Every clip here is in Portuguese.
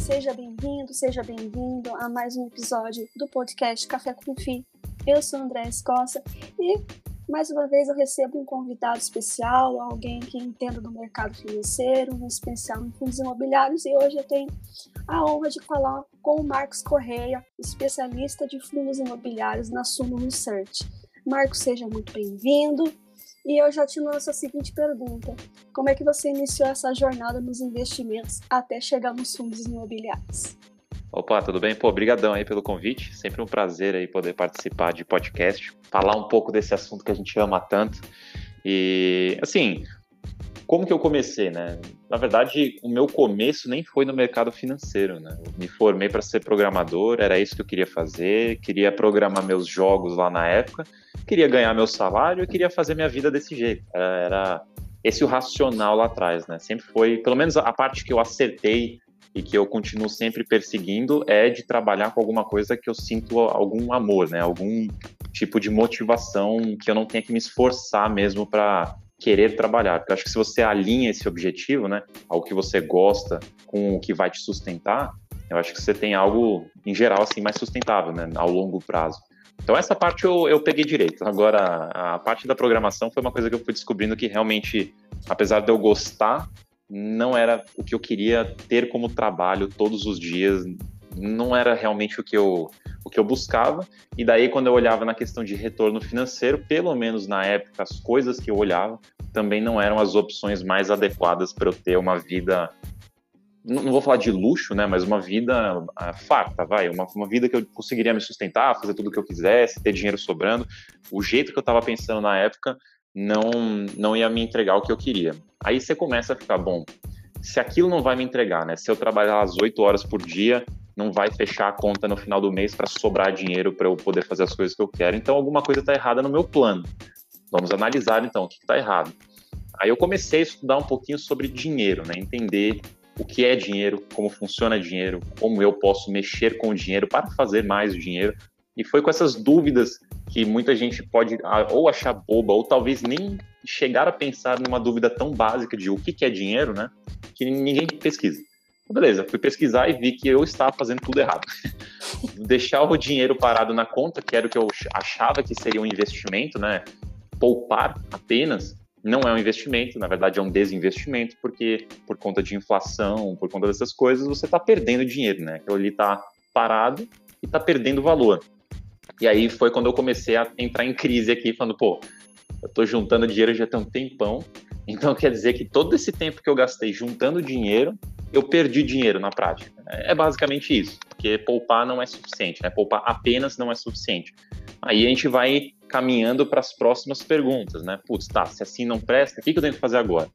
seja bem-vindo a mais um episódio do podcast Café com Fi. Eu sou Andréa Escossa e mais uma vez eu recebo um convidado especial, alguém que entenda do mercado financeiro, um especial em fundos imobiliários, e hoje eu tenho a honra de falar com o Marcos Correia, especialista de fundos imobiliários na Suno Research. Marcos, seja muito bem-vindo. E eu já te lanço a seguinte pergunta: como é que você iniciou essa jornada nos investimentos até chegar nos fundos imobiliários? Opa, tudo bem? Obrigadão aí pelo convite. Sempre um prazer aí poder participar de podcast, falar um pouco desse assunto que a gente ama tanto. E, assim, como que eu comecei, né? Na verdade, o meu começo nem foi no mercado financeiro, né? Eu me formei para ser programador, era isso que eu queria fazer, queria programar meus jogos lá na época, queria ganhar meu salário e queria fazer minha vida desse jeito. Era esse o racional lá atrás, né? Sempre foi, pelo menos a parte que eu acertei e que eu continuo sempre perseguindo é de trabalhar com alguma coisa que eu sinto algum amor, né? Algum tipo de motivação que eu não tenha que me esforçar mesmo para querer trabalhar. Porque eu acho que se você alinha esse objetivo, né, ao que você gosta com o que vai te sustentar, eu acho que você tem algo, em geral, assim, mais sustentável, né, ao longo prazo. Então essa parte eu peguei direito. Agora, a parte da programação foi uma coisa que eu fui descobrindo que realmente, apesar de eu gostar, não era o que eu queria ter como trabalho todos os dias, não era realmente o que eu buscava. E daí, quando eu olhava na questão de retorno financeiro, pelo menos na época, as coisas que eu olhava também não eram as opções mais adequadas para eu ter uma vida, não vou falar de luxo, né, mas uma vida farta, uma vida que eu conseguiria me sustentar, fazer tudo o que eu quisesse, ter dinheiro sobrando. O jeito que eu estava pensando na época não ia me entregar o que eu queria. Aí você começa a ficar, bom, se aquilo não vai me entregar, né, se eu trabalhar às 8 horas por dia, não vai fechar a conta no final do mês para sobrar dinheiro para eu poder fazer as coisas que eu quero, então alguma coisa está errada no meu plano. Vamos analisar então o que está errado. Aí eu comecei a estudar um pouquinho sobre dinheiro, né? Entender o que é dinheiro, como funciona dinheiro, como eu posso mexer com o dinheiro para fazer mais dinheiro. E foi com essas dúvidas que muita gente pode ou achar boba, ou talvez nem chegar a pensar numa dúvida tão básica de o que é dinheiro, né? Que ninguém pesquisa. Beleza, fui pesquisar e vi que eu estava fazendo tudo errado. Deixar o dinheiro parado na conta, que era o que eu achava que seria um investimento, né? Poupar apenas não é um investimento, na verdade é um desinvestimento, porque por conta de inflação, por conta dessas coisas, você está perdendo dinheiro, né? Aquilo ali está parado e está perdendo valor. E aí foi quando eu comecei a entrar em crise aqui, falando, eu estou juntando dinheiro já tem um tempão, então quer dizer que todo esse tempo que eu gastei juntando dinheiro, eu perdi dinheiro na prática. É basicamente isso, porque poupar não é suficiente, né? Poupar apenas não é suficiente. Aí a gente vai caminhando para as próximas perguntas, né? Se assim não presta, o que eu tenho que fazer agora?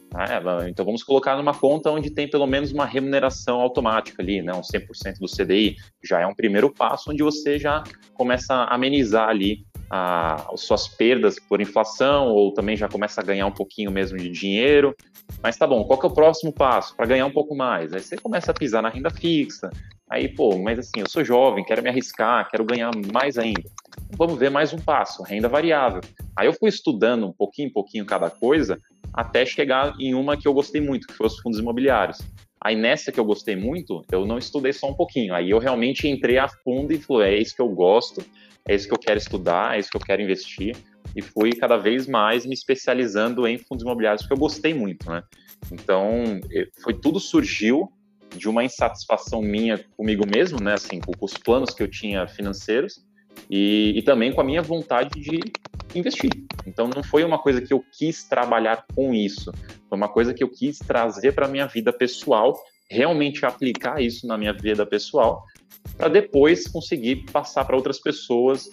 Então vamos colocar numa conta onde tem pelo menos uma remuneração automática ali, né? Um 100% do CDI, já é um primeiro passo onde você já começa a amenizar ali as suas perdas por inflação, ou também já começa a ganhar um pouquinho mesmo de dinheiro. Mas tá bom, qual que é o próximo passo para ganhar um pouco mais? Aí você começa a pisar na renda fixa. Aí, mas assim, eu sou jovem, quero me arriscar, quero ganhar mais ainda. Vamos ver mais um passo, renda variável. Aí eu fui estudando um pouquinho em pouquinho cada coisa, até chegar em uma que eu gostei muito, que foi os fundos imobiliários. Aí nessa que eu gostei muito, eu não estudei só um pouquinho. Aí eu realmente entrei a fundo e falei, é isso que eu gosto, é isso que eu quero estudar, é isso que eu quero investir. E fui cada vez mais me especializando em fundos imobiliários, porque eu gostei muito, né? Então, tudo surgiu de uma insatisfação minha comigo mesmo, né? Assim, com os planos que eu tinha financeiros e também com a minha vontade de investir. Então, não foi uma coisa que eu quis trabalhar com isso, foi uma coisa que eu quis trazer para a minha vida pessoal, realmente aplicar isso na minha vida pessoal, para depois conseguir passar para outras pessoas,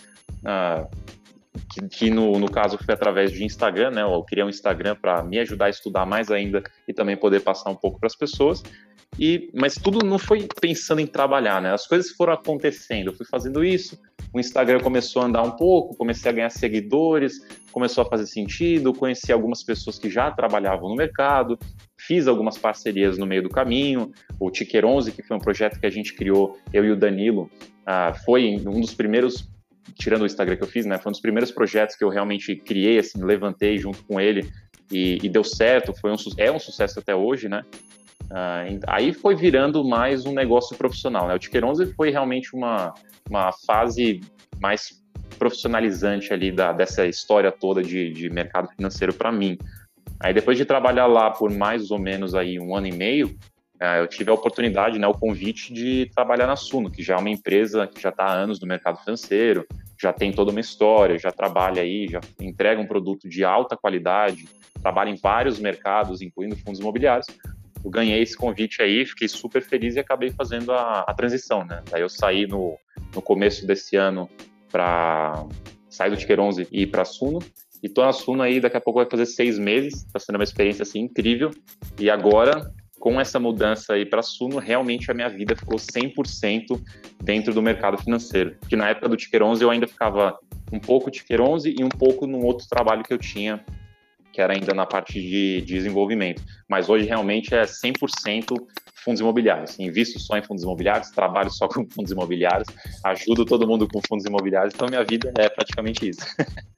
que no caso foi através de Instagram, né? Eu criei um Instagram para me ajudar a estudar mais ainda e também poder passar um pouco para as pessoas. Mas tudo não foi pensando em trabalhar, né? As coisas foram acontecendo, eu fui fazendo isso, o Instagram começou a andar um pouco, comecei a ganhar seguidores, começou a fazer sentido, conheci algumas pessoas que já trabalhavam no mercado, fiz algumas parcerias no meio do caminho, o Ticker 11, que foi um projeto que a gente criou, eu e o Danilo, foi um dos primeiros, tirando o Instagram que eu fiz, né, foi um dos primeiros projetos que eu realmente criei, assim, levantei junto com ele e deu certo, é um sucesso até hoje, né? Aí foi virando mais um negócio profissional, né? O Ticker 11 foi realmente uma fase mais profissionalizante ali dessa história toda de mercado financeiro para mim. Aí depois de trabalhar lá por mais ou menos aí 1 ano e meio, eu tive a oportunidade, né, o convite de trabalhar na Suno, que já é uma empresa que já está há anos no mercado financeiro, já tem toda uma história, já trabalha aí, já entrega um produto de alta qualidade, trabalha em vários mercados, incluindo fundos imobiliários. Eu ganhei esse convite aí, fiquei super feliz e acabei fazendo a transição, né? Daí eu saí no começo desse ano para sair do Ticker 11 e ir para a Suno, e tô na Suno aí, daqui a pouco vai fazer 6 meses, está sendo uma experiência assim incrível, e agora, com essa mudança aí para a Suno, realmente a minha vida ficou 100% dentro do mercado financeiro, porque na época do Ticker 11 eu ainda ficava um pouco Ticker 11 e um pouco num outro trabalho que eu tinha, que era ainda na parte de desenvolvimento, mas hoje realmente é 100% fundos imobiliários, invisto só em fundos imobiliários, trabalho só com fundos imobiliários, ajudo todo mundo com fundos imobiliários, então minha vida é praticamente isso.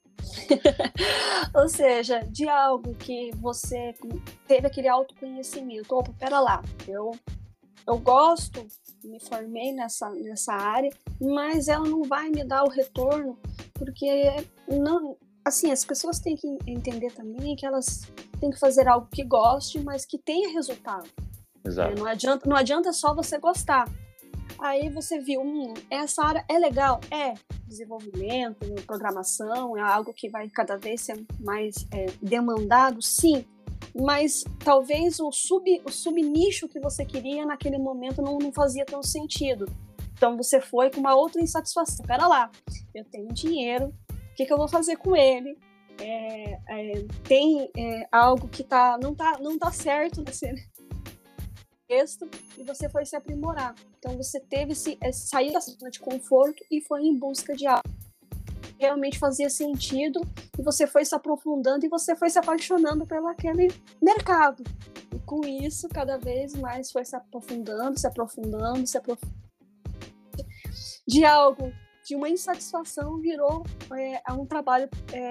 Ou seja, de algo que você teve aquele autoconhecimento, opa, pera lá, eu gosto, me formei nessa área, mas ela não vai me dar o retorno, porque não, assim, as pessoas têm que entender também que elas têm que fazer algo que goste, mas que tenha resultado. Exato. Não adianta só você gostar. Aí você viu, essa área é legal? É. Desenvolvimento, programação, é algo que vai cada vez ser mais demandado, sim. Mas talvez o subnicho que você queria naquele momento não fazia tanto sentido. Então você foi com uma outra insatisfação. Pera lá, eu tenho dinheiro, o que eu vou fazer com ele? Tem algo que não tá certo nesse texto, e você foi se aprimorar. Então você teve sair da zona de conforto e foi em busca de algo que realmente fazia sentido, e você foi se aprofundando e você foi se apaixonando pelo aquele mercado. E com isso, cada vez mais foi se aprofundando. De algo, de uma insatisfação, virou um trabalho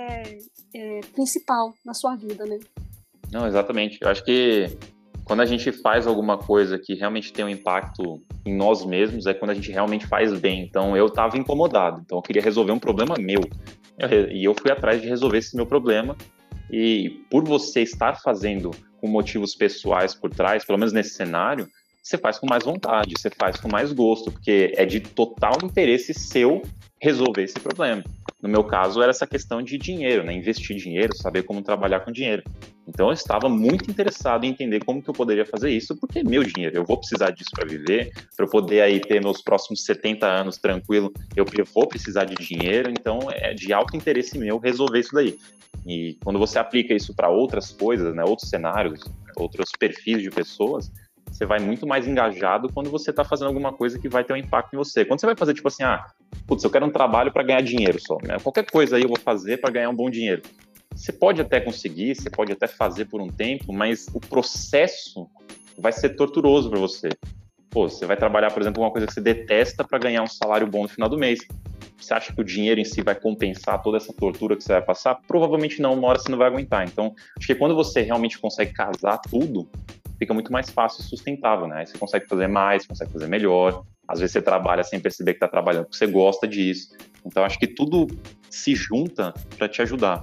principal na sua vida, né? Não, exatamente. Eu acho que quando a gente faz alguma coisa que realmente tem um impacto em nós mesmos, é quando a gente realmente faz bem. Então, eu estava incomodado, então eu queria resolver um problema meu. E eu fui atrás de resolver esse meu problema. E por você estar fazendo com motivos pessoais por trás, pelo menos nesse cenário, você faz com mais vontade, você faz com mais gosto, porque é de total interesse seu resolver esse problema. No meu caso, era essa questão de dinheiro, né? Investir dinheiro, saber como trabalhar com dinheiro. Então, eu estava muito interessado em entender como que eu poderia fazer isso, porque é meu dinheiro, eu vou precisar disso para viver, para eu poder aí ter meus próximos 70 anos tranquilo, eu vou precisar de dinheiro, então é de alto interesse meu resolver isso daí. E quando você aplica isso para outras coisas, né, outros cenários, outros perfis de pessoas, você vai muito mais engajado quando você está fazendo alguma coisa que vai ter um impacto em você. Quando você vai fazer, tipo assim, putz, eu quero um trabalho para ganhar dinheiro só, né? Qualquer coisa aí eu vou fazer para ganhar um bom dinheiro. Você pode até conseguir, você pode até fazer por um tempo, mas o processo vai ser torturoso para você. Pô, você vai trabalhar, por exemplo, uma coisa que você detesta para ganhar um salário bom no final do mês. Você acha que o dinheiro em si vai compensar toda essa tortura que você vai passar? Provavelmente não, uma hora você não vai aguentar. Então, acho que quando você realmente consegue casar tudo, fica muito mais fácil e sustentável, né? Aí você consegue fazer mais, consegue fazer melhor. Às vezes você trabalha sem perceber que está trabalhando, porque você gosta disso. Então, acho que tudo se junta para te ajudar.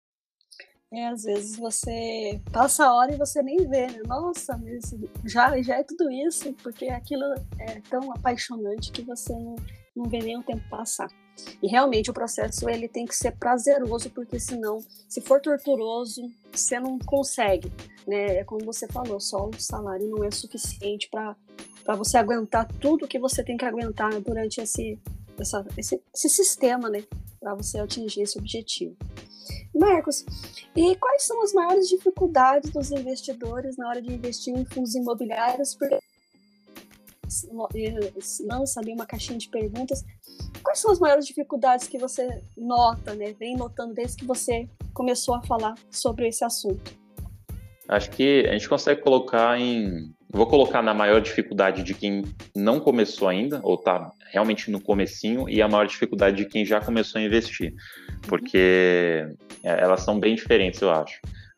Às vezes você passa a hora e você nem vê, né? Nossa, mas já é tudo isso, porque aquilo é tão apaixonante que você não vê nem o tempo passar. E realmente o processo ele tem que ser prazeroso, porque senão, se for torturoso, você não consegue, né? É como você falou, só o salário não é suficiente para você aguentar tudo que você tem que aguentar durante esse sistema, né? Para você atingir esse objetivo. Marcos, e quais são as maiores dificuldades dos investidores na hora de investir em fundos imobiliários? Porque lança ali uma caixinha de perguntas. Quais são as maiores dificuldades que você nota, né? Vem notando desde que você começou a falar sobre esse assunto? Acho que a gente consegue colocar vou colocar na maior dificuldade de quem não começou ainda, ou está realmente no comecinho, e a maior dificuldade de quem já começou a investir, porque elas são bem diferentes, eu acho.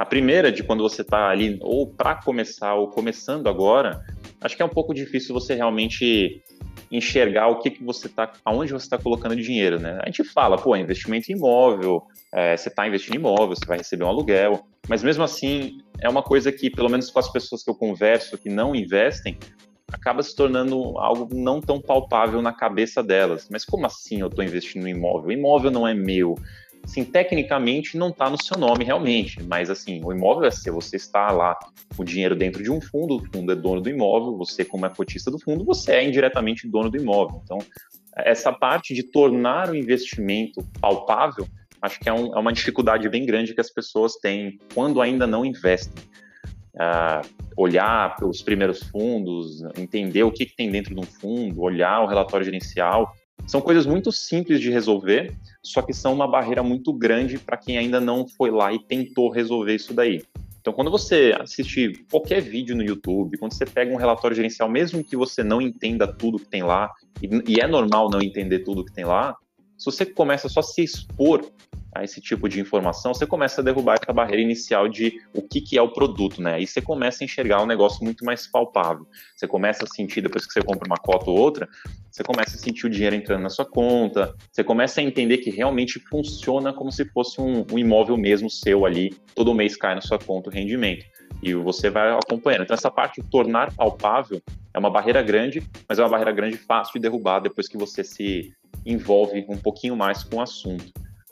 A primeira, de quando você está ali, ou para começar, ou começando agora, acho que é um pouco difícil você realmente enxergar o que você tá, aonde você está colocando dinheiro, né? A gente fala, pô, investimento em imóvel, você está investindo em imóvel, você vai receber um aluguel, mas mesmo assim, é uma coisa que, pelo menos com as pessoas que eu converso, que não investem, acaba se tornando algo não tão palpável na cabeça delas. Mas como assim eu estou investindo em imóvel? O imóvel não é meu. Assim, tecnicamente não está no seu nome realmente, mas assim, o imóvel é seu, você está lá o dinheiro dentro de um fundo, o fundo é dono do imóvel, você como é cotista do fundo, você é indiretamente dono do imóvel. Então, essa parte de tornar o investimento palpável, acho que é uma dificuldade bem grande que as pessoas têm quando ainda não investem. Olhar os primeiros fundos, entender o que tem dentro de um fundo, olhar o relatório gerencial, são coisas muito simples de resolver, só que são uma barreira muito grande para quem ainda não foi lá e tentou resolver isso daí. Então, quando você assiste qualquer vídeo no YouTube, quando você pega um relatório gerencial, mesmo que você não entenda tudo que tem lá, e é normal não entender tudo que tem lá, se você começa só a se expor a esse tipo de informação, você começa a derrubar essa barreira inicial de o que é o produto, né? E você começa a enxergar um negócio muito mais palpável. Você começa a sentir, depois que você compra uma cota ou outra, você começa a sentir o dinheiro entrando na sua conta, você começa a entender que realmente funciona como se fosse um imóvel mesmo seu ali, todo mês cai na sua conta o rendimento. E você vai acompanhando. Então, essa parte de tornar palpável é uma barreira grande, mas é uma barreira grande fácil de derrubar depois que você se envolve um pouquinho mais com o assunto.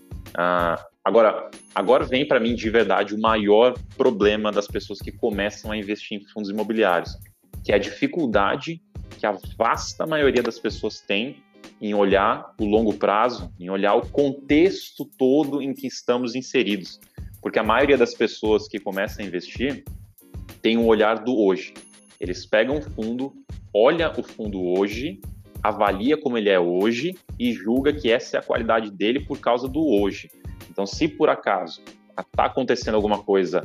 Agora vem para mim de verdade o maior problema das pessoas que começam a investir em fundos imobiliários, que é a dificuldade que a vasta maioria das pessoas tem em olhar o longo prazo, em olhar o contexto todo em que estamos inseridos. Porque a maioria das pessoas que começam a investir tem um olhar do hoje. Eles pegam um fundo, olha o fundo hoje, avalia como ele é hoje e julga que essa é a qualidade dele por causa do hoje. Então, se por acaso está acontecendo alguma coisa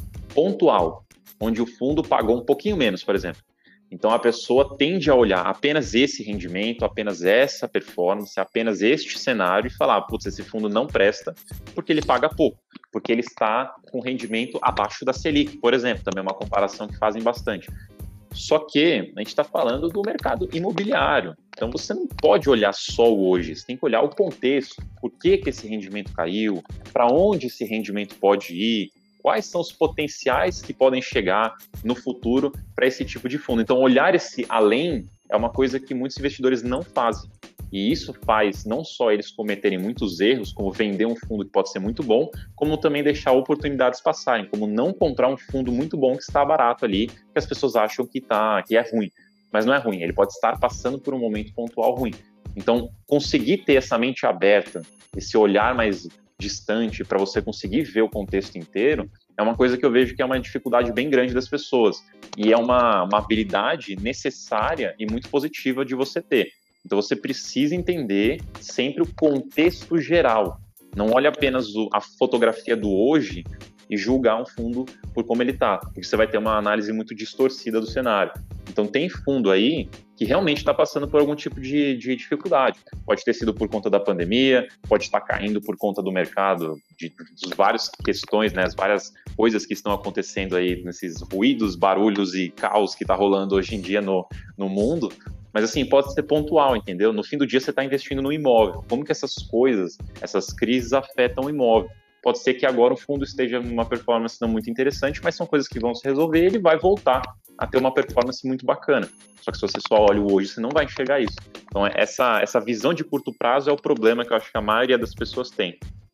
pontual, onde o fundo pagou um pouquinho menos, por exemplo, então a pessoa tende a olhar apenas esse rendimento, apenas essa performance, apenas este cenário e falar, putz, esse fundo não presta porque ele paga pouco, porque ele está com rendimento abaixo da Selic, por exemplo, também é uma comparação que fazem bastante. Só que a gente está falando do mercado imobiliário, então você não pode olhar só o hoje, você tem que olhar o contexto, por que esse rendimento caiu, para onde esse rendimento pode ir, quais são os potenciais que podem chegar no futuro para esse tipo de fundo. Então, olhar esse além é uma coisa que muitos investidores não fazem. E isso faz não só eles cometerem muitos erros, como vender um fundo que pode ser muito bom, como também deixar oportunidades passarem, como não comprar um fundo muito bom que está barato ali, que as pessoas acham que é ruim. Mas não é ruim, ele pode estar passando por um momento pontual ruim. Então, conseguir ter essa mente aberta, esse olhar mais distante para você conseguir ver o contexto inteiro, é uma coisa que eu vejo que é uma dificuldade bem grande das pessoas. E é uma habilidade necessária e muito positiva de você ter. Então você precisa entender sempre o contexto geral. Não olhe apenas a fotografia do hoje e julgar um fundo por como ele está, porque você vai ter uma análise muito distorcida do cenário. Então tem fundo aí que realmente está passando por algum tipo de dificuldade. Pode ter sido por conta da pandemia, pode estar caindo por conta do mercado, das várias questões, né, as várias coisas que estão acontecendo aí, nesses ruídos, barulhos e caos que está rolando hoje em dia no mundo. Mas assim, pode ser pontual, entendeu? No fim do dia você está investindo no imóvel. Como que essas coisas, essas crises afetam o imóvel? Pode ser que agora o fundo esteja numa performance não muito interessante, mas são coisas que vão se resolver e ele vai voltar a ter uma performance muito bacana. Só que se você só olha o hoje, você não vai enxergar isso. Então essa visão de curto prazo é o problema que eu acho que a maioria das pessoas tem.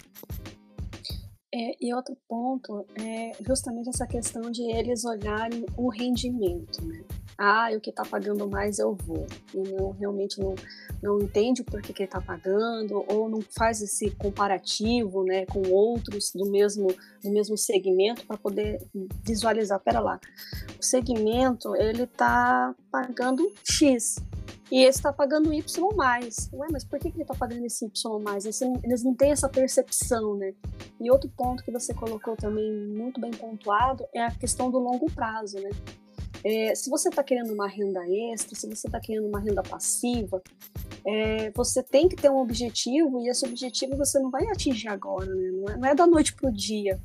E outro ponto é justamente essa questão de eles olharem o rendimento, né? O que está pagando mais eu vou. E realmente não entende o porquê que ele está pagando, ou não faz esse comparativo, né, com outros do mesmo segmento para poder visualizar. Pera lá, o segmento ele está pagando X. E esse está pagando Y+. Ué, mas por que ele está pagando esse Y+? Eles não têm essa percepção, né? E outro ponto que você colocou também muito bem pontuado é a questão do longo prazo, né? Se você está querendo uma renda extra, se você está querendo uma renda passiva, você tem que ter um objetivo, e esse objetivo você não vai atingir agora, né? Não é da noite para o dia.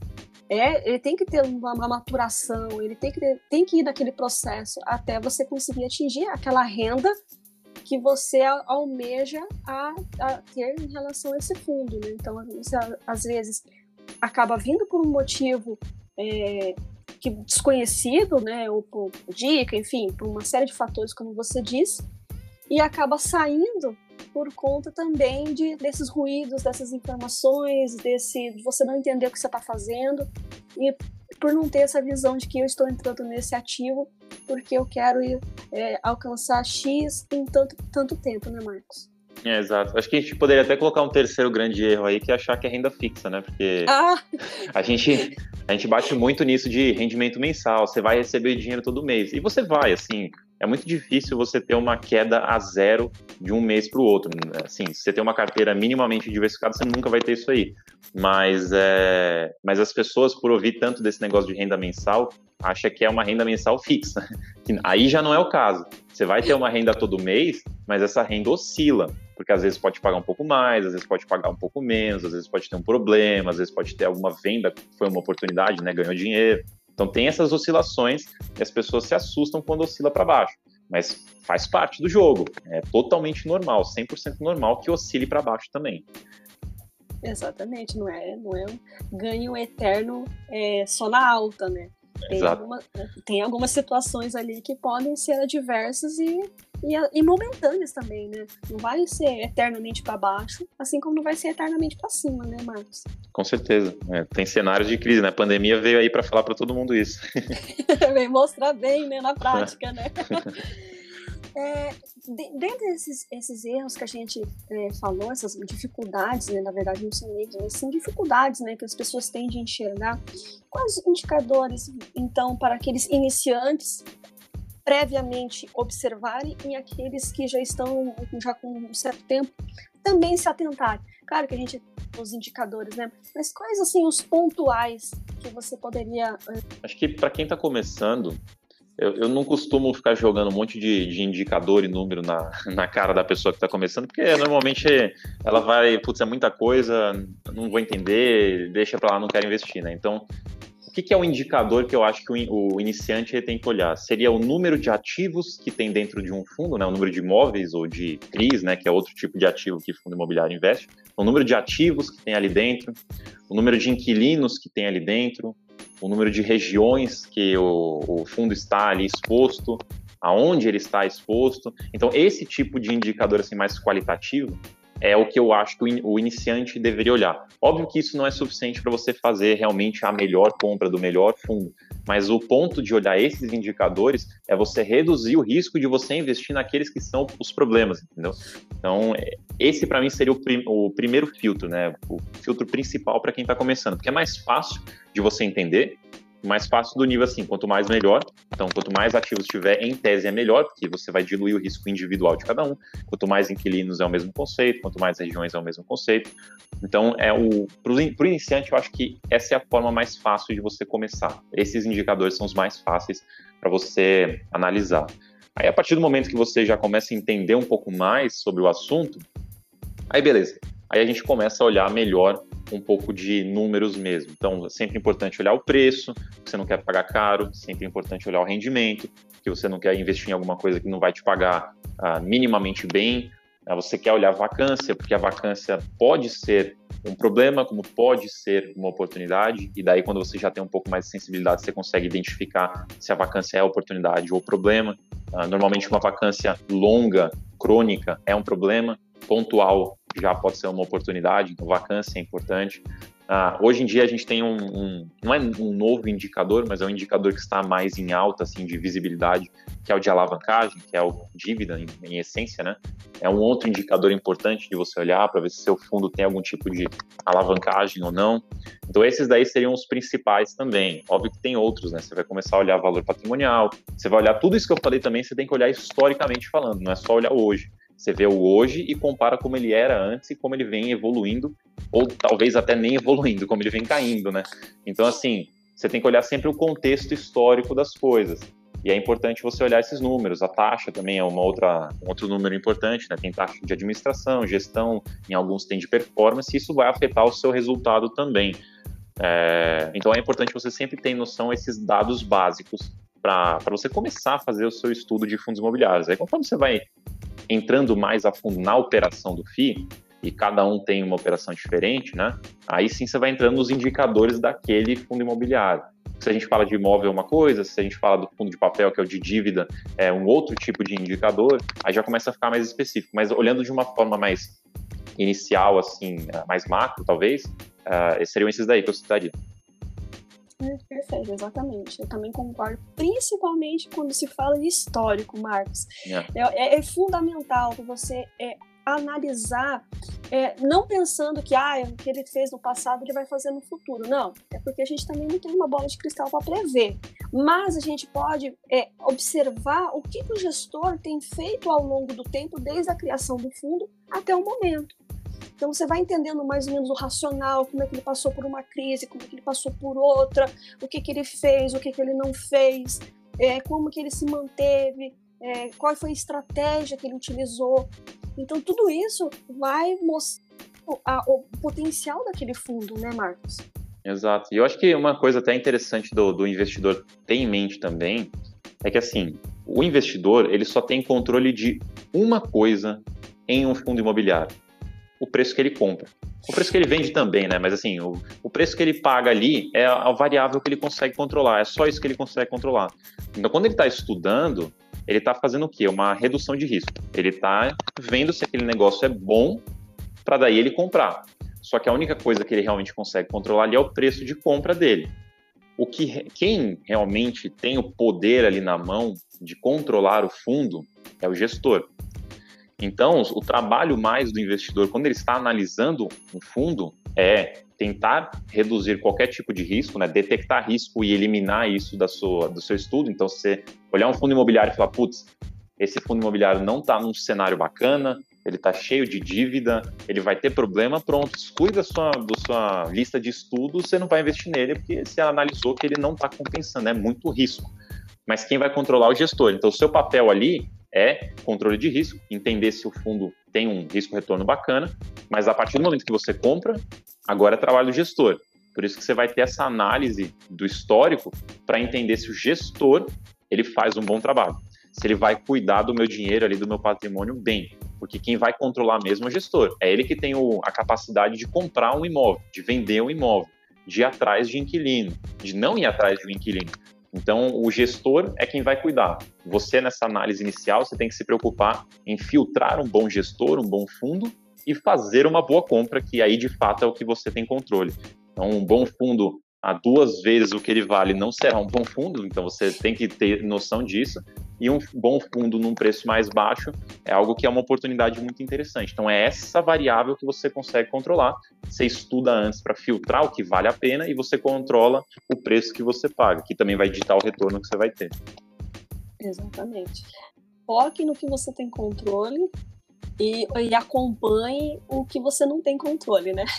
Ele tem que ter uma maturação, ele tem que ir naquele processo até você conseguir atingir aquela renda que você almeja a ter em relação a esse fundo, né? Então, você, às vezes, acaba vindo por um motivo desconhecido, né? Ou por dica, enfim, por uma série de fatores, como você disse, e acaba saindo por conta também desses ruídos, dessas informações, de você não entender o que você está fazendo e por não ter essa visão de que eu estou entrando nesse ativo porque eu quero alcançar X em tanto tempo, né, Marcos? Exato. Acho que a gente poderia até colocar um terceiro grande erro aí, que é achar que é renda fixa, né? Porque a gente bate muito nisso de rendimento mensal, você vai receber dinheiro todo mês. E você vai, assim, é muito difícil você ter uma queda a zero de um mês para o outro. Assim, se você tem uma carteira minimamente diversificada, você nunca vai ter isso aí. Mas as pessoas, por ouvir tanto desse negócio de renda mensal, acham que é uma renda mensal fixa. Aí já não é o caso. Você vai ter uma renda todo mês, mas essa renda oscila. Porque às vezes pode pagar um pouco mais, às vezes pode pagar um pouco menos, às vezes pode ter um problema, às vezes pode ter alguma venda que foi uma oportunidade, né, ganhou dinheiro. Então tem essas oscilações e as pessoas se assustam quando oscila para baixo. Mas faz parte do jogo, é totalmente normal, 100% normal que oscile para baixo também. Exatamente, não é um ganho eterno só na alta, né? Tem algumas situações ali que podem ser adversas e momentâneas também, né? Não vai ser eternamente para baixo, assim como não vai ser eternamente para cima, né, Marcos? Com certeza. Tem cenários de crise, né? A pandemia veio aí para falar para todo mundo isso. Veio mostrar bem, né, na prática, né? Dentre esses erros que a gente falou, essas dificuldades, né, na verdade não são erros, mas sim dificuldades, né, que as pessoas têm de enxergar, quais indicadores, então, para aqueles iniciantes previamente observarem e aqueles que já estão já com um certo tempo também se atentarem? Claro que a gente tem os indicadores, né, mas quais, assim, os pontuais que você poderia... Acho que para quem está começando, eu não costumo ficar jogando um monte de indicador e número na cara da pessoa que está começando, porque normalmente ela vai, é muita coisa, não vou entender, deixa para lá, não quero investir, né? Então, o que é um indicador que eu acho que o iniciante tem que olhar? Seria o número de ativos que tem dentro de um fundo, né? O número de imóveis ou de CRIs, né? Que é outro tipo de ativo que fundo imobiliário investe. O número de ativos que tem ali dentro, o número de inquilinos que tem ali dentro, o número de regiões que o fundo está ali exposto, aonde ele está exposto. Então, esse tipo de indicador assim, mais qualitativo é o que eu acho que o iniciante deveria olhar. Óbvio que isso não é suficiente para você fazer realmente a melhor compra do melhor fundo, mas o ponto de olhar esses indicadores é você reduzir o risco de você investir naqueles que são os problemas, entendeu? Então, esse para mim seria o primeiro filtro, né? O filtro principal para quem está começando, porque é mais fácil de você entender, mais fácil do nível assim, quanto mais melhor. Então, quanto mais ativos tiver, em tese é melhor, porque você vai diluir o risco individual de cada um. Quanto mais inquilinos é o mesmo conceito, quanto mais regiões é o mesmo conceito. Então, para o iniciante, eu acho que essa é a forma mais fácil de você começar. Esses indicadores são os mais fáceis para você analisar. Aí, a partir do momento que você já começa a entender um pouco mais sobre o assunto, aí beleza. Aí a gente começa a olhar melhor um pouco de números mesmo. Então, é sempre importante olhar o preço, que você não quer pagar caro, sempre importante olhar o rendimento, que você não quer investir em alguma coisa que não vai te pagar minimamente bem. Você quer olhar a vacância, porque a vacância pode ser um problema, como pode ser uma oportunidade, e daí quando você já tem um pouco mais de sensibilidade, você consegue identificar se a vacância é oportunidade ou problema. Normalmente uma vacância longa, crônica, é um problema, pontual já pode ser uma oportunidade, então vacância é importante. Hoje em dia a gente tem não é um novo indicador, mas é um indicador que está mais em alta, assim, de visibilidade, que é o de alavancagem, que é o dívida em essência, né? É um outro indicador importante de você olhar para ver se seu fundo tem algum tipo de alavancagem ou não. Então esses daí seriam os principais também. Óbvio que tem outros, né? Você vai começar a olhar valor patrimonial, você vai olhar tudo isso que eu falei também, você tem que olhar historicamente falando, não é só olhar hoje. Você vê o hoje e compara como ele era antes e como ele vem evoluindo, ou talvez até nem evoluindo, como ele vem caindo, né? Então, assim, você tem que olhar sempre o contexto histórico das coisas. E é importante você olhar esses números. A taxa também é um outro número importante, né? Tem taxa de administração, gestão, em alguns tem de performance, e isso vai afetar o seu resultado também. Então é importante você sempre ter noção desses dados básicos para você começar a fazer o seu estudo de fundos imobiliários. Aí conforme você vai entrando mais a fundo na operação do FII, e cada um tem uma operação diferente, né? Aí sim você vai entrando nos indicadores daquele fundo imobiliário. Se a gente fala de imóvel é uma coisa, se a gente fala do fundo de papel, que é o de dívida, é um outro tipo de indicador, aí já começa a ficar mais específico. Mas olhando de uma forma mais inicial, assim, mais macro, talvez, seriam esses daí que eu citaria. Perfeito, exatamente. Eu também concordo, principalmente quando se fala de histórico, Marcos. É fundamental que você analisar, não pensando que o que ele fez no passado ele vai fazer no futuro. Não, é porque a gente também não tem uma bola de cristal para prever. Mas a gente pode observar o que o gestor tem feito ao longo do tempo, desde a criação do fundo até o momento. Então você vai entendendo mais ou menos o racional, como é que ele passou por uma crise, como é que ele passou por outra, o que ele fez, o que ele não fez, como que ele se manteve, qual foi a estratégia que ele utilizou. Então tudo isso vai mostrar o potencial daquele fundo, né, Marcos? Exato. E eu acho que uma coisa até interessante do investidor ter em mente também é que, assim, o investidor ele só tem controle de uma coisa em um fundo imobiliário: o preço que ele compra. O preço que ele vende também, né? Mas assim, o preço que ele paga ali é a variável que ele consegue controlar, é só isso que ele consegue controlar. Então, quando ele está estudando, ele está fazendo o quê? Uma redução de risco. Ele está vendo se aquele negócio é bom para daí ele comprar. Só que a única coisa que ele realmente consegue controlar ali é o preço de compra dele. Quem realmente tem o poder ali na mão de controlar o fundo é o gestor. Então, o trabalho mais do investidor, quando ele está analisando um fundo, é tentar reduzir qualquer tipo de risco, né? Detectar risco e eliminar isso do seu estudo. Então, se você olhar um fundo imobiliário e falar, putz, esse fundo imobiliário não está num cenário bacana, ele está cheio de dívida, ele vai ter problema, pronto, exclui da sua lista de estudos, você não vai investir nele, porque você analisou que ele não está compensando, é muito risco. Mas quem vai controlar é o gestor. Então, o seu papel ali é controle de risco, entender se o fundo tem um risco-retorno bacana, mas a partir do momento que você compra, agora é trabalho do gestor. Por isso que você vai ter essa análise do histórico para entender se o gestor ele faz um bom trabalho, se ele vai cuidar do meu dinheiro ali, do meu patrimônio bem, porque quem vai controlar mesmo é o gestor. É ele que tem a capacidade de comprar um imóvel, de vender um imóvel, de ir atrás de inquilino, de não ir atrás de um inquilino. Então, o gestor é quem vai cuidar. Você, nessa análise inicial, você tem que se preocupar em filtrar um bom gestor, um bom fundo e fazer uma boa compra, que aí, de fato, é o que você tem controle. Então, um bom fundo a 2 vezes o que ele vale não será um bom fundo, então você tem que ter noção disso. E um bom fundo num preço mais baixo é algo que é uma oportunidade muito interessante. Então, é essa variável que você consegue controlar. Você estuda antes para filtrar o que vale a pena e você controla o preço que você paga, que também vai ditar o retorno que você vai ter. Exatamente. Foque no que você tem controle e acompanhe o que você não tem controle, né?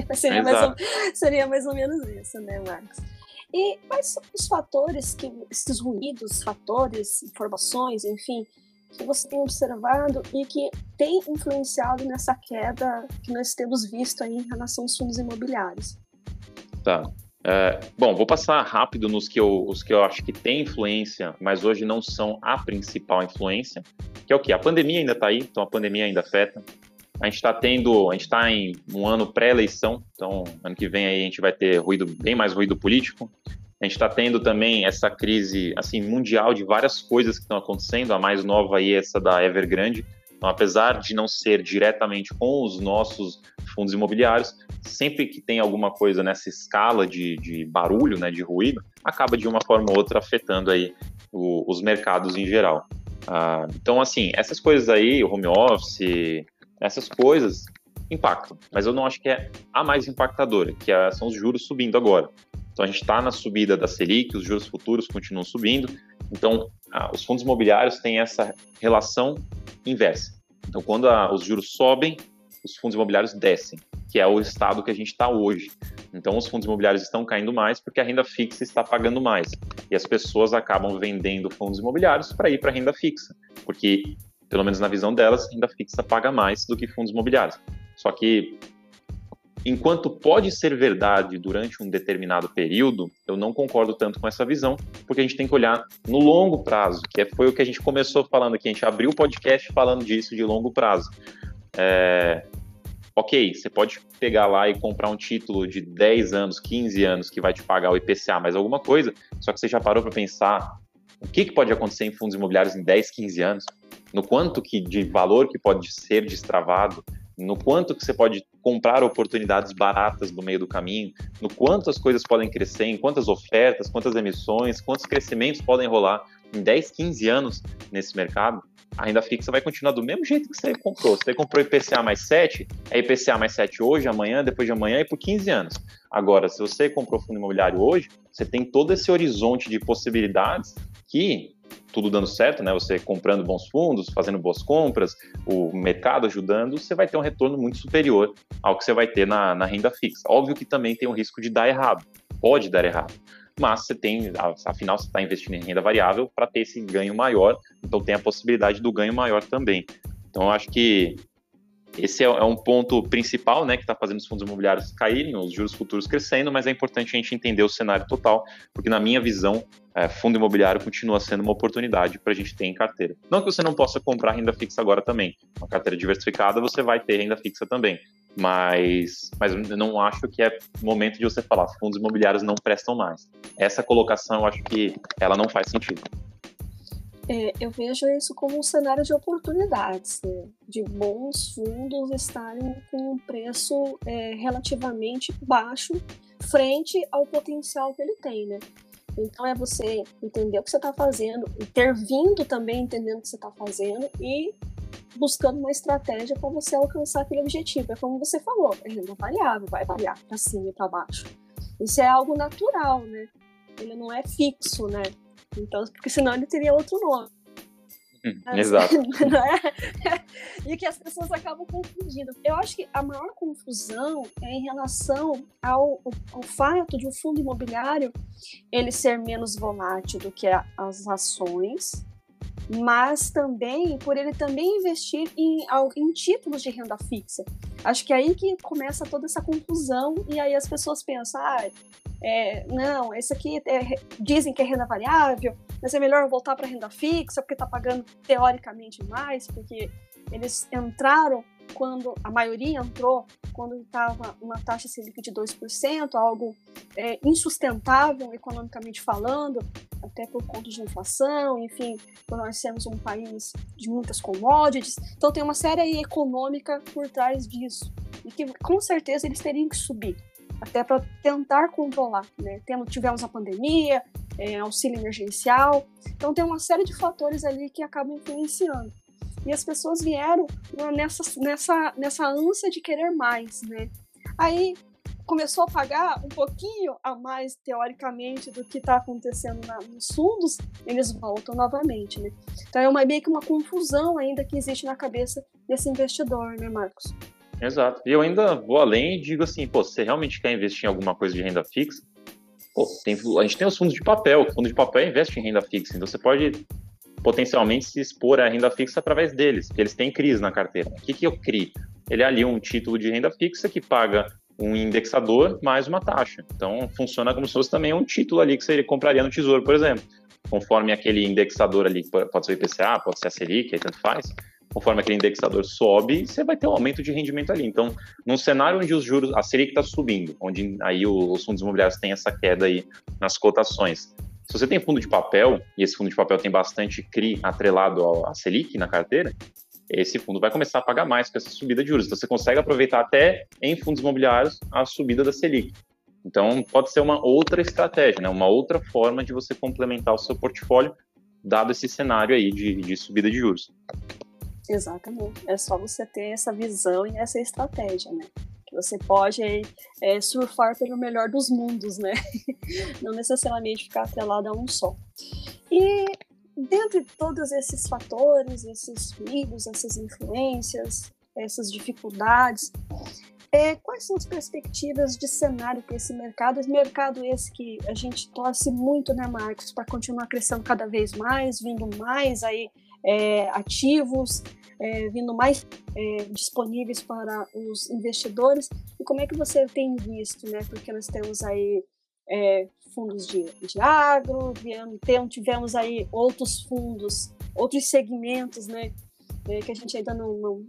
Seria mais ou menos isso, né, Marcos? E quais são os fatores, esses ruídos, fatores, informações, enfim, que você tem observado e que tem influenciado nessa queda que nós temos visto aí em relação aos fundos imobiliários? Tá. Bom, vou passar rápido os que eu acho que tem influência, mas hoje não são a principal influência, que é o quê? A pandemia ainda está aí, então a pandemia ainda afeta. A gente está em um ano pré-eleição, então ano que vem aí a gente vai ter bem mais ruído político. A gente está tendo também essa crise assim, mundial de várias coisas que estão acontecendo, a mais nova aí é essa da Evergrande. Então, apesar de não ser diretamente com os nossos fundos imobiliários, sempre que tem alguma coisa nessa escala de barulho, né, de ruído, acaba de uma forma ou outra afetando aí os mercados em geral. Então, assim, essas coisas aí, o home office, essas coisas impactam, mas eu não acho que é a mais impactadora, que são os juros subindo agora. Então, a gente está na subida da Selic, os juros futuros continuam subindo, então os fundos imobiliários têm essa relação inversa. Então, quando os juros sobem, os fundos imobiliários descem, que é o estado que a gente está hoje. Então, os fundos imobiliários estão caindo mais porque a renda fixa está pagando mais. E as pessoas acabam vendendo fundos imobiliários para ir para a renda fixa, porque, pelo menos na visão delas, a renda fixa paga mais do que fundos imobiliários. Só que enquanto pode ser verdade durante um determinado período, eu não concordo tanto com essa visão, porque a gente tem que olhar no longo prazo, que foi o que a gente começou falando aqui, a gente abriu o podcast falando disso de longo prazo. Ok, você pode pegar lá e comprar um título de 10 anos, 15 anos que vai te pagar o IPCA mais alguma coisa, só que você já parou para pensar o que pode acontecer em fundos imobiliários em 10, 15 anos? No quanto de valor que pode ser destravado, no quanto que você pode comprar oportunidades baratas no meio do caminho, no quanto as coisas podem crescer, em quantas ofertas, quantas emissões, quantos crescimentos podem rolar em 10, 15 anos nesse mercado, a renda fixa vai continuar do mesmo jeito que você comprou. Você comprou IPCA mais 7, é IPCA mais 7 hoje, amanhã, depois de amanhã e por 15 anos. Agora, se você comprou fundo imobiliário hoje, você tem todo esse horizonte de possibilidades que, tudo dando certo, né? Você comprando bons fundos, fazendo boas compras, o mercado ajudando, você vai ter um retorno muito superior ao que você vai ter na renda fixa. Óbvio que também tem o risco de dar errado, pode dar errado, mas você tem, afinal, você está investindo em renda variável para ter esse ganho maior, então tem a possibilidade do ganho maior também. Então, eu acho que esse é um ponto principal, né, que está fazendo os fundos imobiliários caírem, os juros futuros crescendo, mas é importante a gente entender o cenário total, porque na minha visão, fundo imobiliário continua sendo uma oportunidade para a gente ter em carteira. Não que você não possa comprar renda fixa agora também, uma carteira diversificada você vai ter renda fixa também, mas eu não acho que é momento de você falar fundos imobiliários não prestam mais. Essa colocação eu acho que ela não faz sentido. Eu vejo isso como um cenário de oportunidades, né? De bons fundos estarem com um preço relativamente baixo frente ao potencial que ele tem, né? Então é você entender o que você está fazendo, ter vindo também entendendo o que você está fazendo e buscando uma estratégia para você alcançar aquele objetivo. É como você falou, é renda variável, vai variar para cima e para baixo. Isso é algo natural, né? Ele não é fixo, né? Então, porque senão ele teria outro nome. Exato. E que as pessoas acabam confundindo. Eu acho que a maior confusão é em relação ao fato de um fundo imobiliário ele ser menos volátil do que as ações, mas também por ele também investir em títulos de renda fixa. Acho que é aí que começa toda essa confusão e aí as pessoas pensam, não, esse aqui dizem que é renda variável, mas é melhor voltar para renda fixa porque está pagando teoricamente mais, porque eles entraram quando a maioria entrou quando estava uma taxa Selic de 2%, algo insustentável economicamente falando, até por conta de inflação, enfim, por nós sermos um país de muitas commodities, então tem uma série econômica por trás disso, e que com certeza eles teriam que subir, até para tentar controlar, né? Tivemos a pandemia, auxílio emergencial, então tem uma série de fatores ali que acabam influenciando. E as pessoas vieram nessa ânsia de querer mais, né? Aí começou a pagar um pouquinho a mais, teoricamente, do que está acontecendo nos fundos, eles voltam novamente, né? Então é meio que uma confusão ainda que existe na cabeça desse investidor, né, Marcos? Exato. E eu ainda vou além e digo assim, você realmente quer investir em alguma coisa de renda fixa? A gente tem os fundos de papel. O fundo de papel investe em renda fixa, então você pode potencialmente se expor à renda fixa através deles, porque eles têm CRIs na carteira. O que é o CRI? Ele é ali um título de renda fixa que paga um indexador mais uma taxa. Então, funciona como se fosse também um título ali que você compraria no Tesouro, por exemplo. Conforme aquele indexador ali, pode ser o IPCA, pode ser a Selic, aí tanto faz. Conforme aquele indexador sobe, você vai ter um aumento de rendimento ali. Então, num cenário onde os juros, a Selic está subindo, onde aí os fundos imobiliários têm essa queda aí nas cotações, se você tem fundo de papel, e esse fundo de papel tem bastante CRI atrelado à Selic na carteira, esse fundo vai começar a pagar mais com essa subida de juros. Então, você consegue aproveitar até em fundos imobiliários a subida da Selic. Então, pode ser uma outra estratégia, né? Uma outra forma de você complementar o seu portfólio, dado esse cenário aí de subida de juros. Exatamente. É só você ter essa visão e essa estratégia, né? Você pode surfar pelo melhor dos mundos, né? Não necessariamente ficar atrelado a um só. E dentre todos esses fatores, esses ruídos, essas influências, essas dificuldades, quais são as perspectivas de cenário para esse mercado? Esse mercado esse que a gente torce muito, né, Marcos, para continuar crescendo cada vez mais, vindo mais aí ativos vindo mais disponíveis para os investidores, e como é que você tem visto, né? Porque nós temos aí fundos de agro, tivemos aí outros fundos, outros segmentos, né? Que a gente ainda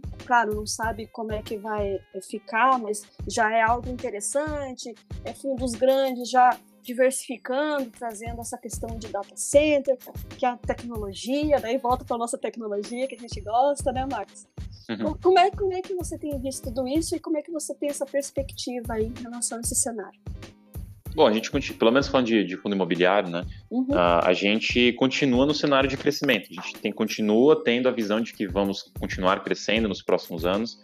não sabe como é que vai ficar, mas já é algo interessante, fundos grandes já diversificando, trazendo essa questão de data center, que é a tecnologia, daí volta para a nossa tecnologia que a gente gosta, né, Marcos? Uhum. Como é que você tem visto tudo isso e como é que você tem essa perspectiva aí em relação a esse cenário? Bom, a gente, pelo menos falando de fundo imobiliário, né? Uhum. A gente continua no cenário de crescimento. A gente continua tendo a visão de que vamos continuar crescendo nos próximos anos.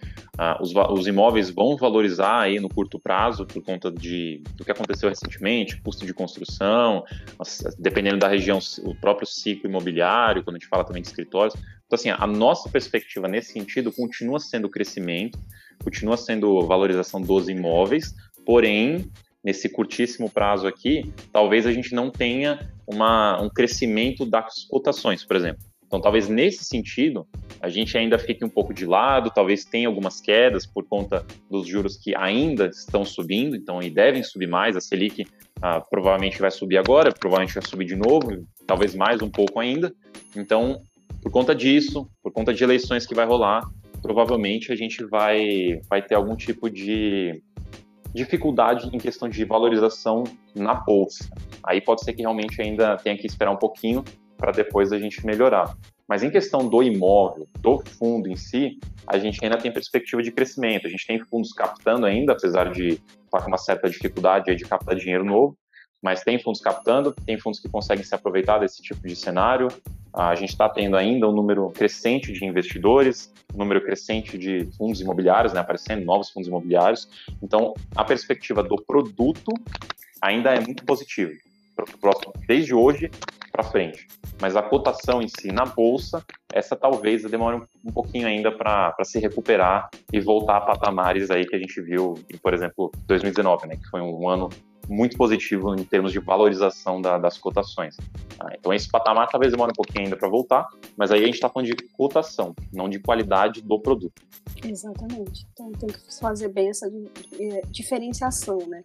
Os imóveis vão valorizar aí no curto prazo por conta do que aconteceu recentemente, custo de construção, dependendo da região, o próprio ciclo imobiliário, quando a gente fala também de escritórios. Então, assim, a nossa perspectiva nesse sentido continua sendo crescimento, continua sendo valorização dos imóveis, porém, nesse curtíssimo prazo aqui, talvez a gente não tenha um crescimento das cotações, por exemplo. Então, talvez nesse sentido, a gente ainda fique um pouco de lado, talvez tenha algumas quedas por conta dos juros que ainda estão subindo, então, e devem subir mais. A Selic provavelmente vai subir agora, provavelmente vai subir de novo, talvez mais um pouco ainda. Então, por conta disso, por conta de eleições que vai rolar, provavelmente a gente vai ter algum tipo de dificuldade em questão de valorização na bolsa. Aí pode ser que realmente ainda tenha que esperar um pouquinho para depois a gente melhorar. Mas em questão do imóvel, do fundo em si, a gente ainda tem perspectiva de crescimento. A gente tem fundos captando ainda, apesar de estar com uma certa dificuldade de captar dinheiro novo, mas tem fundos captando, tem fundos que conseguem se aproveitar desse tipo de cenário. A gente está tendo ainda um número crescente de investidores, um número crescente de fundos imobiliários, né, aparecendo novos fundos imobiliários. Então, a perspectiva do produto ainda é muito positiva, desde hoje para frente. Mas a cotação em si na bolsa, essa talvez demore um pouquinho ainda para se recuperar e voltar a patamares aí que a gente viu, por exemplo, 2019, né, que foi um ano muito positivo em termos de valorização das cotações. Então, esse patamar talvez demore um pouquinho ainda para voltar, mas aí a gente está falando de cotação, não de qualidade do produto. Exatamente. Então, tem que fazer bem essa diferenciação, né?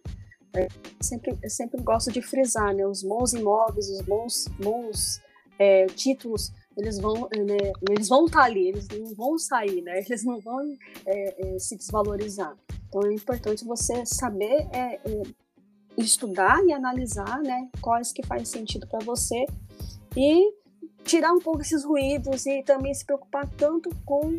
Eu sempre gosto de frisar, né? Os bons imóveis, os bons títulos, eles vão estar ali, eles não vão sair, né? Eles não vão se desvalorizar. Então, é importante você saber estudar e analisar, né, quais que faz sentido para você e tirar um pouco esses ruídos e também se preocupar tanto com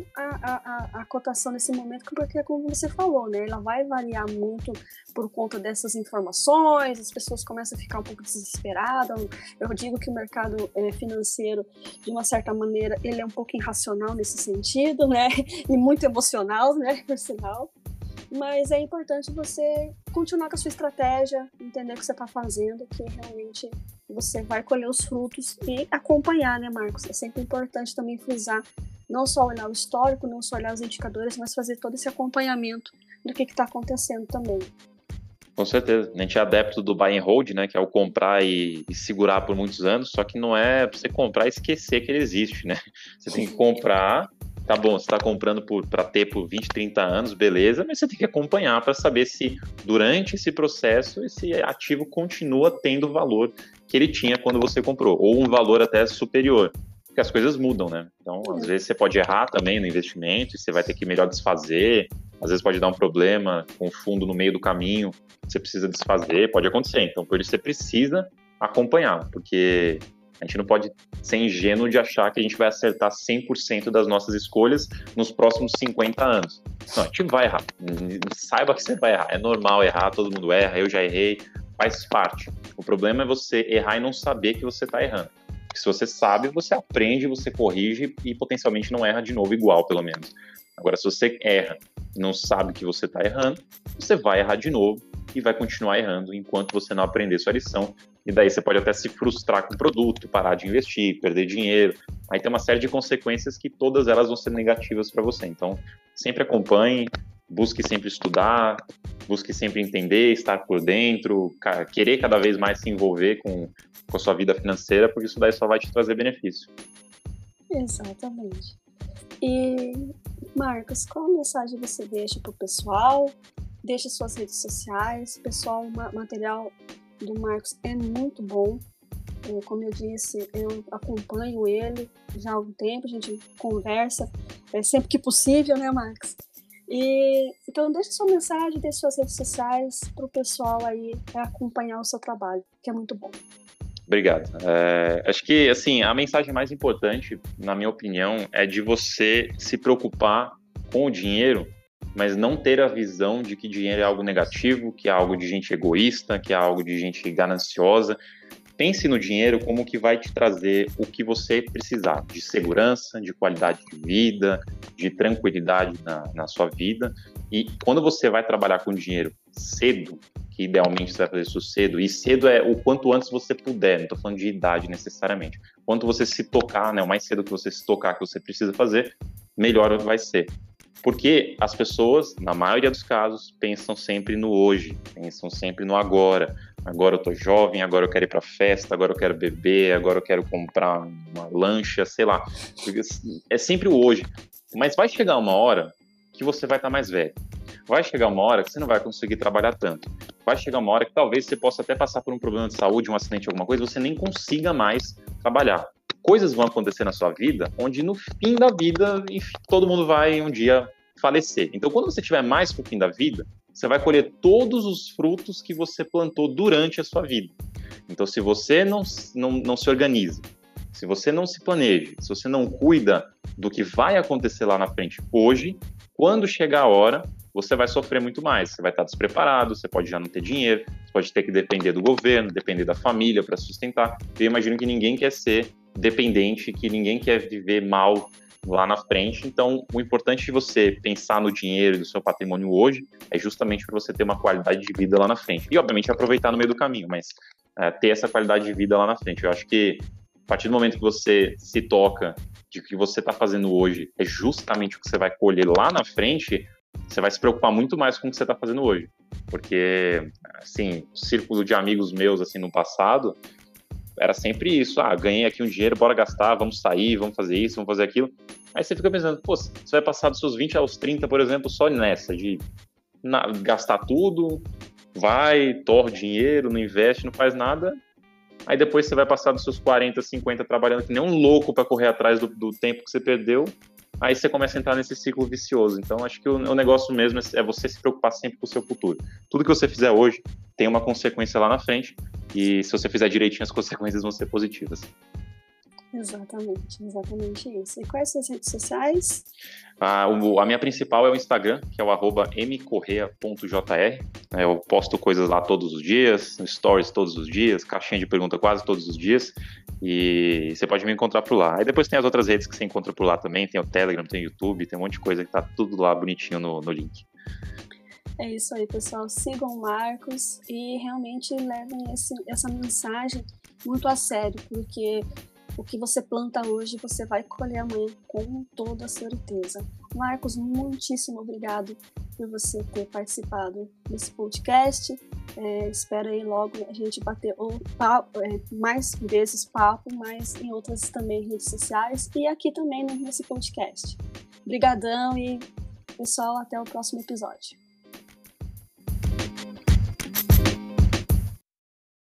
a cotação nesse momento, porque, como você falou, né, ela vai variar muito por conta dessas informações, as pessoas começam a ficar um pouco desesperadas. Eu digo que o mercado financeiro, de uma certa maneira, ele é um pouco irracional nesse sentido, né, e muito emocional, né, por sinal. Mas é importante você continuar com a sua estratégia, entender o que você está fazendo, que realmente você vai colher os frutos e acompanhar, né, Marcos? É sempre importante também frisar, não só olhar o histórico, não só olhar os indicadores, mas fazer todo esse acompanhamento do que está acontecendo também. Com certeza. A gente é adepto do buy and hold, né, que é o comprar e segurar por muitos anos, só que não é para você comprar e esquecer que ele existe, né? Você tem que comprar. Tá bom, você está comprando para ter por 20, 30 anos, beleza, mas você tem que acompanhar para saber se durante esse processo esse ativo continua tendo o valor que ele tinha quando você comprou, ou um valor até superior, porque as coisas mudam, né? Então, às vezes você pode errar também no investimento e você vai ter que melhor desfazer, às vezes pode dar um problema com o fundo no meio do caminho, você precisa desfazer, pode acontecer. Então, por isso você precisa acompanhar, porque a gente não pode ser ingênuo de achar que a gente vai acertar 100% das nossas escolhas nos próximos 50 anos. Não, a gente vai errar. Saiba que você vai errar. É normal errar, todo mundo erra, eu já errei, faz parte. O problema é você errar e não saber que você está errando. Porque se você sabe, você aprende, você corrige e potencialmente não erra de novo igual, pelo menos. Agora, se você erra e não sabe que você está errando, você vai errar de novo e vai continuar errando enquanto você não aprender sua lição. E daí você pode até se frustrar com o produto, parar de investir, perder dinheiro. Aí tem uma série de consequências que todas elas vão ser negativas para você. Então, sempre acompanhe, busque sempre estudar, busque sempre entender, estar por dentro, querer cada vez mais se envolver com a sua vida financeira, porque isso daí só vai te trazer benefício. Exatamente. E, Marcos, qual mensagem você deixa para o pessoal? Deixa suas redes sociais. Pessoal, o material do Marcos é muito bom. Como eu disse, eu acompanho ele já há um tempo, a gente conversa sempre que possível, né, Marcos? Então, deixa sua mensagem, deixa suas redes sociais para o pessoal aí acompanhar o seu trabalho, que é muito bom. Obrigado. Acho que, assim, a mensagem mais importante, na minha opinião, é de você se preocupar com o dinheiro, mas não ter a visão de que dinheiro é algo negativo, que é algo de gente egoísta, que é algo de gente gananciosa. Pense no dinheiro como que vai te trazer o que você precisar, de segurança, de qualidade de vida, de tranquilidade na sua vida. E quando você vai trabalhar com dinheiro cedo, que idealmente você vai fazer isso cedo, e cedo é o quanto antes você puder, não estou falando de idade necessariamente. Quanto você se tocar, né, o mais cedo que você se tocar que você precisa fazer, melhor vai ser. Porque as pessoas, na maioria dos casos, pensam sempre no hoje, pensam sempre no agora. Agora eu tô jovem, agora eu quero ir pra festa, agora eu quero beber, agora eu quero comprar uma lancha, sei lá. É sempre o hoje. Mas vai chegar uma hora que você vai estar mais velho. Vai chegar uma hora que você não vai conseguir trabalhar tanto. Vai chegar uma hora que talvez você possa até passar por um problema de saúde, um acidente, alguma coisa, você nem consiga mais trabalhar. Coisas vão acontecer na sua vida onde no fim da vida todo mundo vai um dia falecer. Então, quando você estiver mais pro fim da vida, você vai colher todos os frutos que você plantou durante a sua vida. Então, se você não se organiza, se você não se planeja, se você não cuida do que vai acontecer lá na frente hoje, quando chegar a hora, você vai sofrer muito mais. Você vai estar despreparado, você pode já não ter dinheiro, você pode ter que depender do governo, depender da família para sustentar. Eu imagino que ninguém quer ser dependente, que ninguém quer viver mal lá na frente. Então, o importante de você pensar no dinheiro e do seu patrimônio hoje é justamente para você ter uma qualidade de vida lá na frente. E, obviamente, aproveitar no meio do caminho, mas ter essa qualidade de vida lá na frente. Eu acho que, a partir do momento que você se toca de que o que você está fazendo hoje é justamente o que você vai colher lá na frente, você vai se preocupar muito mais com o que você está fazendo hoje. Porque, assim, o círculo de amigos meus, assim, no passado, era sempre isso. Ganhei aqui um dinheiro, bora gastar, vamos sair, vamos fazer isso, vamos fazer aquilo. Aí você fica pensando, pô, você vai passar dos seus 20 aos 30, por exemplo, só nessa, de gastar tudo, torra dinheiro, não investe, não faz nada. Aí depois você vai passar dos seus 40, 50 trabalhando que nem um louco para correr atrás do tempo que você perdeu. Aí você começa a entrar nesse ciclo vicioso. Então, acho que o negócio mesmo é você se preocupar sempre com o seu futuro. Tudo que você fizer hoje tem uma consequência lá na frente, e se você fizer direitinho, as consequências vão ser positivas. Exatamente isso. E quais são as redes sociais? A minha principal é o Instagram, que é o @mcorrea.jr. Eu posto coisas lá todos os dias, stories todos os dias, caixinha de pergunta quase todos os dias, e você pode me encontrar por lá. Aí depois tem as outras redes que você encontra por lá também, tem o Telegram, tem o YouTube, tem um monte de coisa que tá tudo lá bonitinho no link. É isso aí, pessoal. Sigam o Marcos e realmente levem essa mensagem muito a sério, porque o que você planta hoje, você vai colher amanhã com toda a certeza. Marcos, muitíssimo obrigado por você ter participado desse podcast. Espero aí logo a gente bater mais vezes papo, mas em outras também redes sociais e aqui também nesse podcast. Obrigadão e, pessoal, até o próximo episódio.